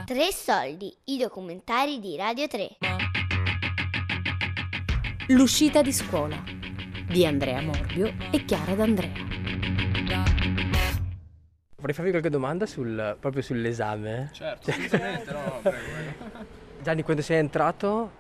Tre soldi, i documentari di Radio 3. L'uscita di scuola di Andrea Morbio e Chiara D'Andrea. Vorrei farvi qualche domanda proprio sull'esame. Certo, assolutamente, no, prego. Gianni, quando sei entrato,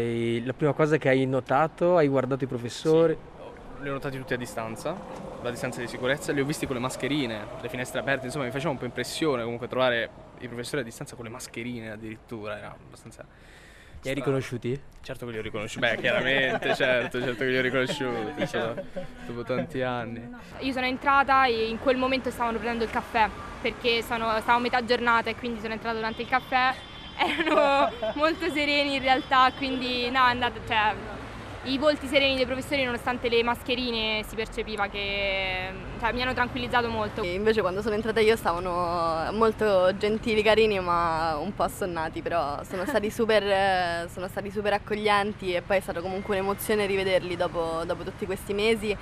la prima cosa che hai notato, hai guardato i professori? Li ho notati tutti a distanza, la distanza di sicurezza, li ho visti con le mascherine, le finestre aperte, insomma mi faceva un po' impressione comunque trovare i professori a distanza con le mascherine addirittura, era abbastanza... Li hai riconosciuti? Certo che li ho riconosciuti, beh chiaramente, certo che li ho riconosciuti, dopo tanti anni. Io sono entrata e in quel momento stavano prendendo il caffè, perché stavo a metà giornata e quindi sono entrata durante il caffè, erano molto sereni in realtà, quindi no, è andata, cioè, i volti sereni dei professori nonostante le mascherine si percepiva che mi hanno tranquillizzato molto. E invece quando sono entrata io stavano molto gentili, carini, ma un po' assonnati, però sono stati super accoglienti e poi è stata comunque un'emozione rivederli dopo tutti questi mesi,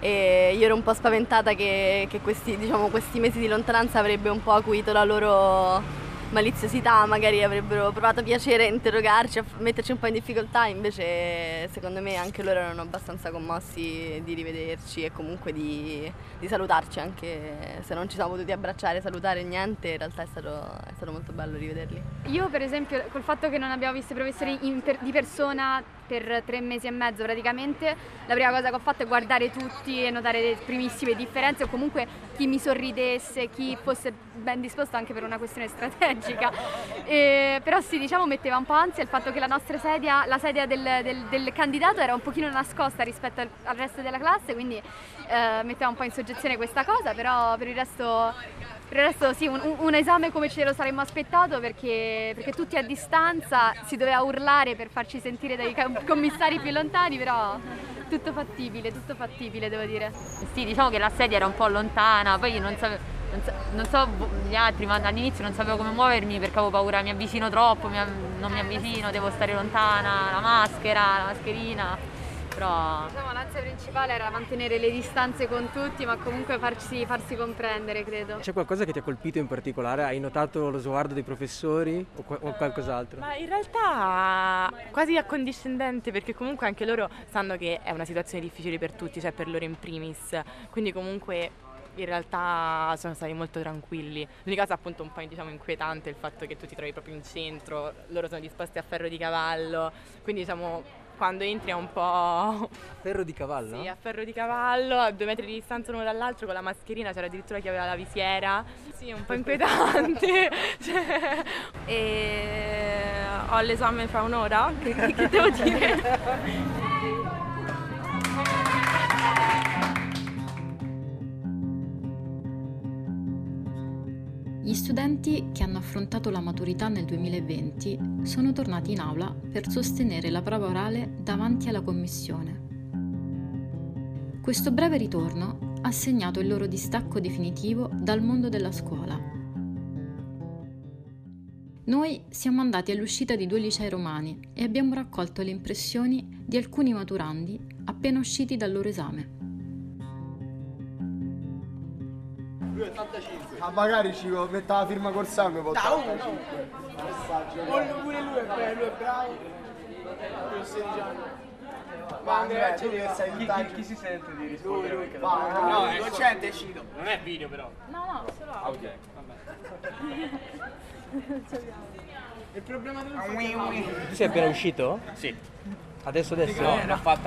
e io ero un po' spaventata che questi mesi di lontananza avrebbe un po' acuito la loro maliziosità, magari avrebbero provato piacere a interrogarci, a metterci un po' in difficoltà, invece secondo me anche loro erano abbastanza commossi di rivederci e comunque di salutarci, anche se non ci siamo potuti abbracciare, salutare, niente, in realtà è stato molto bello rivederli. Io per esempio col fatto che non abbiamo visto i professori di persona per 3 mesi e mezzo praticamente, la prima cosa che ho fatto è guardare tutti e notare le primissime differenze, o comunque chi mi sorridesse, chi fosse ben disposto anche per una questione strategica. Però sì, diciamo metteva un po' ansia il fatto che la nostra sedia, la sedia del candidato era un pochino nascosta rispetto al resto della classe, quindi metteva un po' in soggezione questa cosa, però per il resto sì, un esame come ce lo saremmo aspettato, perché tutti a distanza si doveva urlare per farci sentire dai commissari più lontani, però tutto fattibile devo dire. Sì, diciamo che la sedia era un po' lontana, poi non so gli altri, ma all'inizio non sapevo come muovermi perché avevo paura, mi avvicino troppo, non mi avvicino, devo stare lontana, la mascherina. Però... Diciamo, l'ansia principale era mantenere le distanze con tutti, ma comunque farsi comprendere, credo. C'è qualcosa che ti ha colpito in particolare? Hai notato lo sguardo dei professori o qualcos'altro? Ma in realtà quasi accondiscendente, perché comunque anche loro sanno che è una situazione difficile per tutti, cioè per loro in primis, quindi comunque in realtà sono stati molto tranquilli. L'unica cosa appunto un po' inquietante è il fatto che tu ti trovi proprio in centro, loro sono disposti a ferro di cavallo, quindi quando entri è un po'... A ferro di cavallo? Sì, a ferro di cavallo, a 2 metri di distanza l'uno dall'altro, con la mascherina, c'era addirittura chi aveva la visiera. Sì, un po' inquietante. E ho l'esame fra un'ora, che devo dire? Gli studenti che hanno affrontato la maturità nel 2020 sono tornati in aula per sostenere la prova orale davanti alla commissione. Questo breve ritorno ha segnato il loro distacco definitivo dal mondo della scuola. Noi siamo andati all'uscita di 2 licei romani e abbiamo raccolto le impressioni di alcuni maturandi appena usciti dal loro esame. Ma magari ci metta la firma col sangue, poi 85. Pure lui è bravo. Io ho 16 anni. Ma Andrea, tu che sei chi si sente di rispondere? No, il docente è uscito. Non è video però. No, solo audio. Ok, vabbè. Il problema del Tu sei appena uscito? Sì. Adesso? No,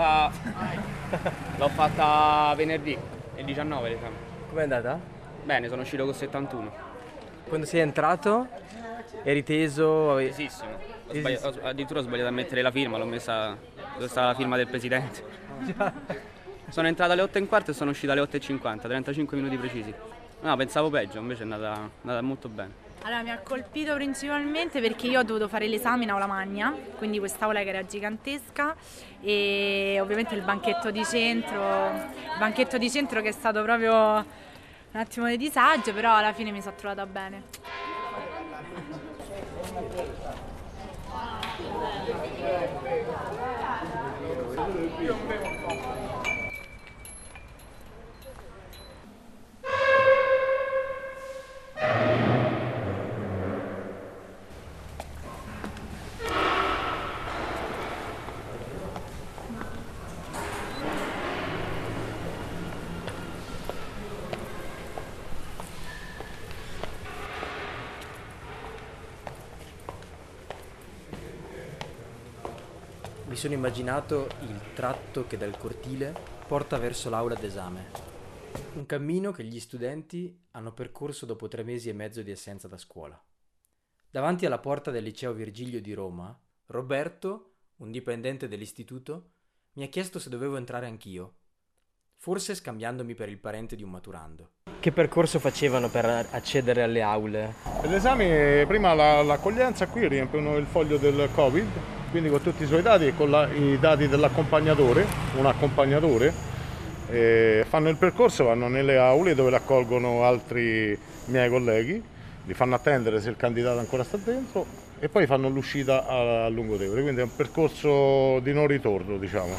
l'ho fatta venerdì, il 19 l'esame. Com'è andata? Bene, sono uscito con 71. Quando sei entrato eri teso? Tesissimo. Addirittura ho sbagliato a mettere la firma, l'ho messa dove stava la firma del presidente. Sono entrato alle 8:15 e sono uscito alle 8:50, 35 minuti precisi. No, pensavo peggio, invece è andata molto bene. Allora, mi ha colpito principalmente perché io ho dovuto fare l'esame in aula magna, quindi quest'aula che era gigantesca, e ovviamente il banchetto di centro che è stato proprio un attimo di disagio, però alla fine mi sono trovata bene. sono immaginato il tratto che dal cortile porta verso l'aula d'esame. Un cammino che gli studenti hanno percorso dopo 3 mesi e mezzo di assenza da scuola. Davanti alla porta del liceo Virgilio di Roma, Roberto, un dipendente dell'istituto, mi ha chiesto se dovevo entrare anch'io, forse scambiandomi per il parente di un maturando. Che percorso facevano per accedere alle aule? Per l'esame prima l'accoglienza qui riempiono il foglio del Covid, quindi con tutti i suoi dati e con i dati dell'accompagnatore, un accompagnatore, fanno il percorso, vanno nelle aule dove raccolgono altri miei colleghi, li fanno attendere se il candidato ancora sta dentro e poi fanno l'uscita a Lungotevere, quindi è un percorso di non ritorno, diciamo.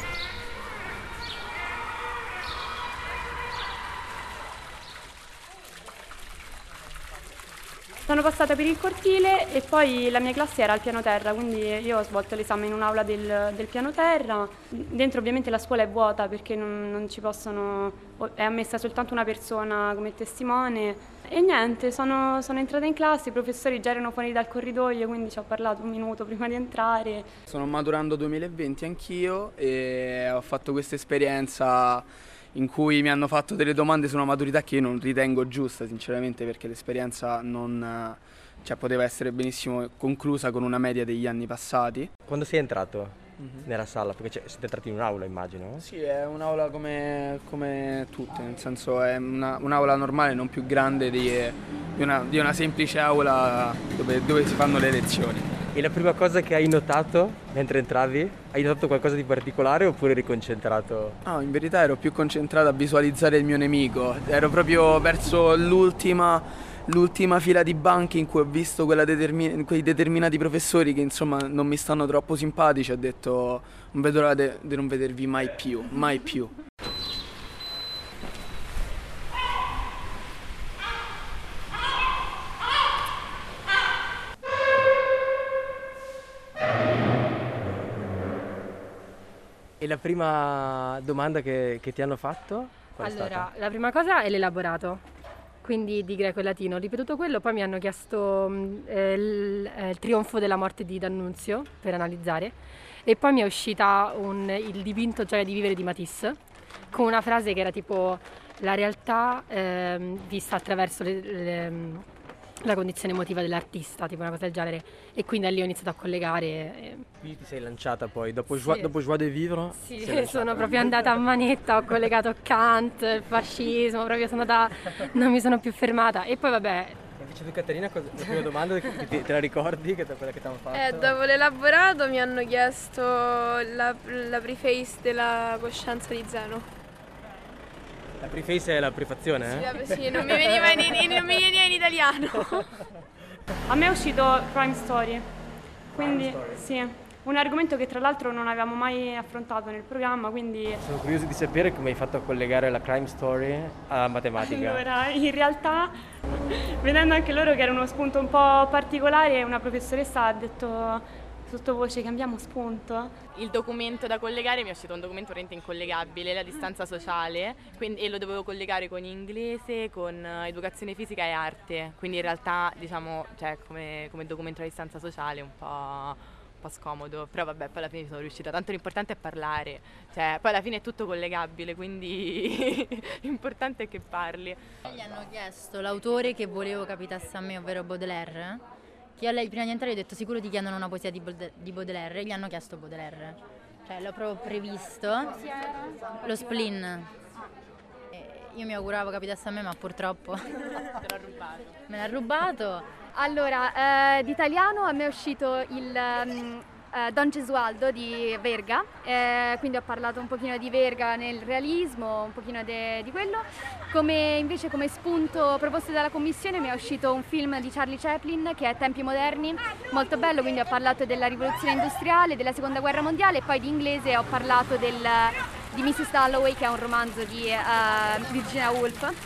Sono passata per il cortile e poi la mia classe era al piano terra, quindi io ho svolto l'esame in un'aula del piano terra. Dentro ovviamente la scuola è vuota perché non ci possono, è ammessa soltanto una persona come testimone. E niente, sono entrata in classe, i professori già erano fuori dal corridoio, quindi ci ho parlato 1 minuto prima di entrare. Sono maturando 2020 anch'io e ho fatto questa esperienza in cui mi hanno fatto delle domande su una maturità che io non ritengo giusta sinceramente, perché l'esperienza poteva essere benissimo conclusa con una media degli anni passati. Quando sei entrato nella sala? Perché siete entrati in un'aula, immagino? Sì, è un'aula come tutte, nel senso è un'aula normale, non più grande di una semplice aula dove si fanno le lezioni. E la prima cosa che hai notato mentre entravi? Hai notato qualcosa di particolare oppure eri concentrato? No, in verità ero più concentrato a visualizzare il mio nemico. Ero proprio verso l'ultima fila di banchi in cui ho visto quei determinati professori che insomma non mi stanno troppo simpatici. Ho detto non vedo l'ora di non vedervi mai più, mai più. E la prima domanda che ti hanno fatto? Qual è stata? La prima cosa è l'elaborato, quindi di greco e latino. Ho ripetuto quello, poi mi hanno chiesto il trionfo della morte di D'Annunzio per analizzare e poi mi è uscita il dipinto Gioia di vivere di Matisse con una frase che era tipo la realtà vista attraverso la condizione emotiva dell'artista, tipo una cosa del genere, e quindi da lì ho iniziato a collegare. Quindi ti sei lanciata poi, dopo Sì. Joie de Vivre? Sì, sono proprio andata a manetta, ho collegato Kant, il fascismo, proprio non mi sono più fermata. E poi vabbè. Invece tu Caterina, la prima domanda te la ricordi, che è quella che ti hanno fatto? Dopo l'elaborato mi hanno chiesto la preface della coscienza di Zeno. La preface è la prefazione, eh? Sì, non mi veniva in italiano. A me è uscito Crime Story, quindi sì, un argomento che tra l'altro non avevamo mai affrontato nel programma, quindi... Sono curioso di sapere come hai fatto a collegare la crime story alla matematica. Allora, in realtà, vedendo anche loro che era uno spunto un po' particolare, una professoressa ha detto sottovoce cambiamo spunto. Il documento da collegare mi è uscito un documento veramente incollegabile, la distanza sociale, e lo dovevo collegare con inglese, con educazione fisica e arte, quindi in realtà diciamo come documento da distanza sociale un po' scomodo, però vabbè, poi alla fine sono riuscita, tanto l'importante è parlare, poi alla fine è tutto collegabile, quindi l'importante è che parli. Gli hanno chiesto l'autore che volevo capitasse a me, ovvero Baudelaire. Io a lei prima di entrare ho detto sicuro ti chiedono una poesia di Baudelaire e gli hanno chiesto Baudelaire. L'ho proprio previsto. Lo Spleen. Io mi auguravo capitasse a me, ma purtroppo me l'ha rubato. Allora, di italiano a me è uscito il Don Gesualdo di Verga, quindi ho parlato un pochino di Verga nel realismo, un pochino di quello. Invece come spunto proposto dalla commissione mi è uscito un film di Charlie Chaplin che è Tempi moderni, molto bello, quindi ho parlato della rivoluzione industriale, della seconda guerra mondiale e poi di inglese ho parlato di Mrs. Dalloway, che è un romanzo di Virginia Woolf.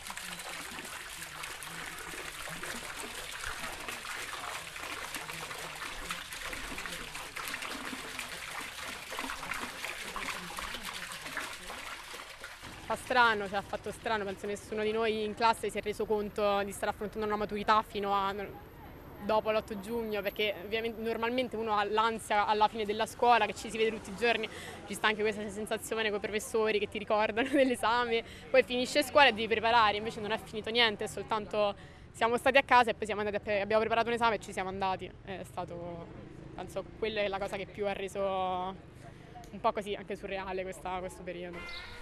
Fa strano, ha fatto strano, penso nessuno di noi in classe si è reso conto di stare affrontando una maturità fino a dopo l'8 giugno, perché ovviamente normalmente uno ha l'ansia alla fine della scuola, che ci si vede tutti i giorni, ci sta anche questa sensazione con i professori che ti ricordano dell'esame, poi finisce scuola e devi preparare, invece non è finito niente, è soltanto siamo stati a casa e poi abbiamo preparato un esame e ci siamo andati. È stato, penso, quella è la cosa che più ha reso un po' così anche surreale questo periodo.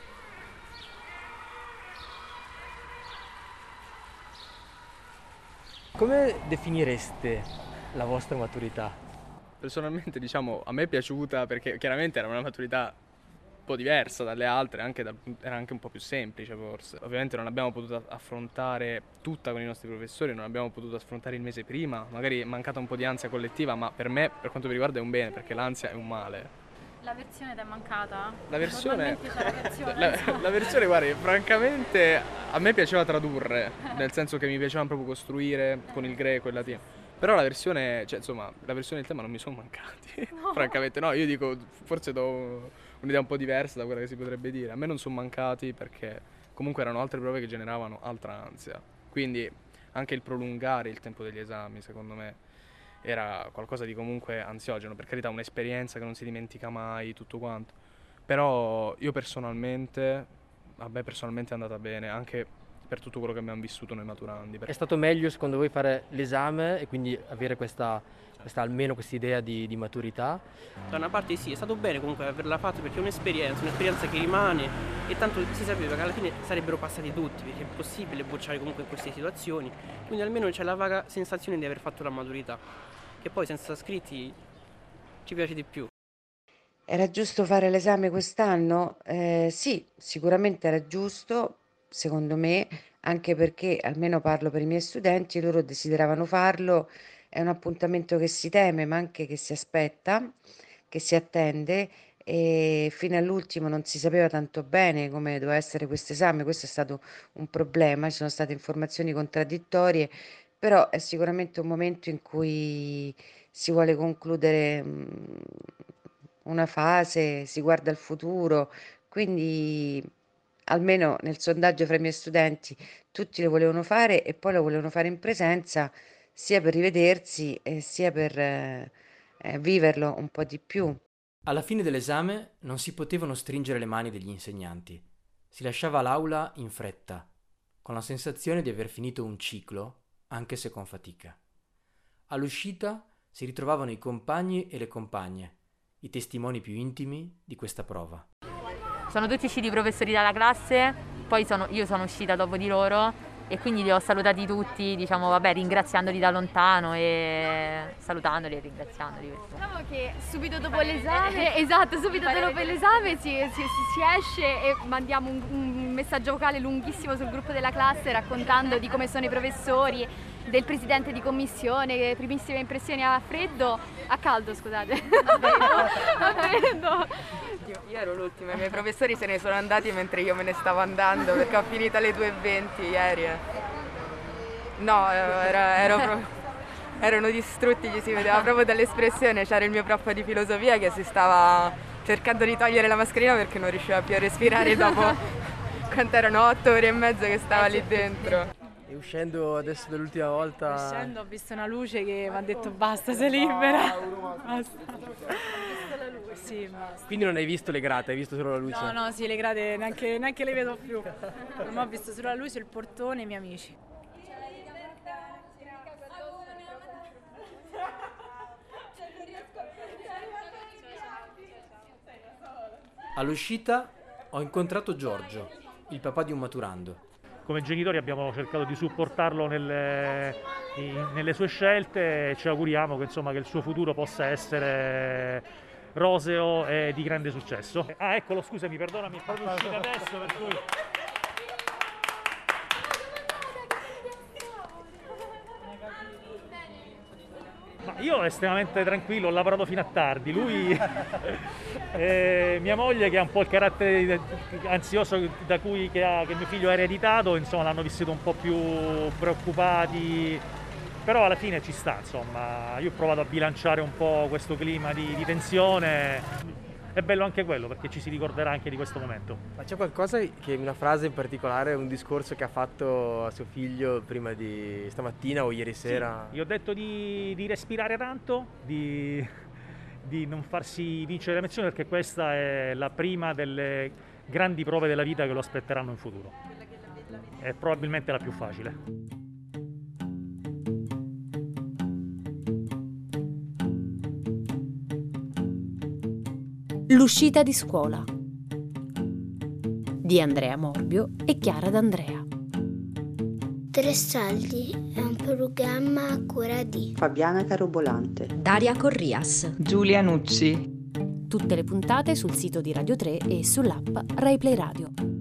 Come definireste la vostra maturità? Personalmente, diciamo, a me è piaciuta perché chiaramente era una maturità un po' diversa dalle altre, era anche un po' più semplice forse. Ovviamente non abbiamo potuto affrontare tutta con i nostri professori, non abbiamo potuto affrontare il mese prima, magari è mancata un po' di ansia collettiva, ma per me, per quanto mi riguarda, è un bene, perché l'ansia è un male. La versione ti è mancata? La versione, la versione, guarda, francamente a me piaceva tradurre, nel senso che mi piaceva proprio costruire con il greco e il latino. Però la versione, cioè insomma, la versione del tema non mi sono mancati, no. Francamente no, io dico, forse do un'idea un po' diversa da quella che si potrebbe dire. A me non sono mancati perché comunque erano altre prove che generavano altra ansia. Quindi anche il prolungare il tempo degli esami, secondo me, era qualcosa di comunque ansiogeno, per carità, un'esperienza che non si dimentica mai, tutto quanto. Però io personalmente, a me personalmente è andata bene, anche per tutto quello che abbiamo vissuto noi maturandi. È stato meglio secondo voi fare l'esame e quindi avere almeno questa idea di maturità? Da una parte sì, è stato bene comunque averla fatto perché è un'esperienza che rimane e tanto si sapeva che alla fine sarebbero passati tutti, perché è impossibile bocciare comunque in queste situazioni, quindi almeno c'è la vaga sensazione di aver fatto la maturità, che poi senza scritti ci piace di più. Era giusto fare l'esame quest'anno? Sì, sicuramente era giusto, secondo me, anche perché, almeno parlo per i miei studenti, loro desideravano farlo, è un appuntamento che si teme, ma anche che si aspetta, che si attende, e fino all'ultimo non si sapeva tanto bene come doveva essere questo esame, questo è stato un problema, ci sono state informazioni contraddittorie, però è sicuramente un momento in cui si vuole concludere una fase, si guarda al futuro, quindi almeno nel sondaggio fra i miei studenti tutti lo volevano fare e poi lo volevano fare in presenza, sia per rivedersi e sia per viverlo un po' di più. Alla fine dell'esame non si potevano stringere le mani degli insegnanti. Si lasciava l'aula in fretta, con la sensazione di aver finito un ciclo, anche se con fatica. All'uscita si ritrovavano i compagni e le compagne, i testimoni più intimi di questa prova. Sono tutti usciti i professori dalla classe, poi io sono uscita dopo di loro e quindi li ho salutati tutti, diciamo, vabbè, ringraziandoli da lontano e salutandoli e ringraziandoli. Diciamo che subito dopo l'esame, subito dopo l'esame si esce e mandiamo un messaggio vocale lunghissimo sul gruppo della classe raccontando di come sono i professori, del presidente di commissione, primissime impressioni a caldo, scusate. A freddo. Io ero l'ultima, i miei professori se ne sono andati mentre io me ne stavo andando perché ho finito alle 2:20 ieri. No, erano distrutti, ci si vedeva proprio dall'espressione. C'era il mio prof di filosofia che si stava cercando di togliere la mascherina perché non riusciva più a respirare dopo quanto erano 8 ore e mezzo che stava lì dentro. E uscendo adesso dell'ultima volta... Uscendo ho visto una luce che mi ha detto basta, sei libera. Basta. Sì, basta. Quindi non hai visto le grate, hai visto solo la luce? No, sì, le grate neanche le vedo più. Ma ho visto solo la luce, il portone e i miei amici. All'uscita ho incontrato Giorgio, il papà di un maturando. Come genitori abbiamo cercato di supportarlo nelle sue scelte e ci auguriamo che il suo futuro possa essere roseo e di grande successo. Ah, eccolo, scusami, perdonami, è proprio uscito adesso, per cui... Ma io estremamente tranquillo, ho lavorato fino a tardi, lui, mia moglie che ha un po' il carattere ansioso che mio figlio ha ereditato, l'hanno vissuto un po' più preoccupati, però alla fine ci sta, io ho provato a bilanciare un po' questo clima di tensione. è bello anche quello, perché ci si ricorderà anche di questo momento. Ma c'è qualcosa che, una frase in particolare, un discorso che ha fatto a suo figlio prima di stamattina o ieri sera? Sì, gli ho detto di respirare tanto, di non farsi vincere le emozioni, perché questa è la prima delle grandi prove della vita che lo aspetteranno in futuro. È probabilmente la più facile. L'uscita di scuola di Andrea Morbio e Chiara D'Andrea. Tre Saldi è un programma a cura di Fabiana Carobolante, Daria Corrias, Giulia Nucci. Tutte le puntate sul sito di Radio 3 e sull'app Rai Play Radio.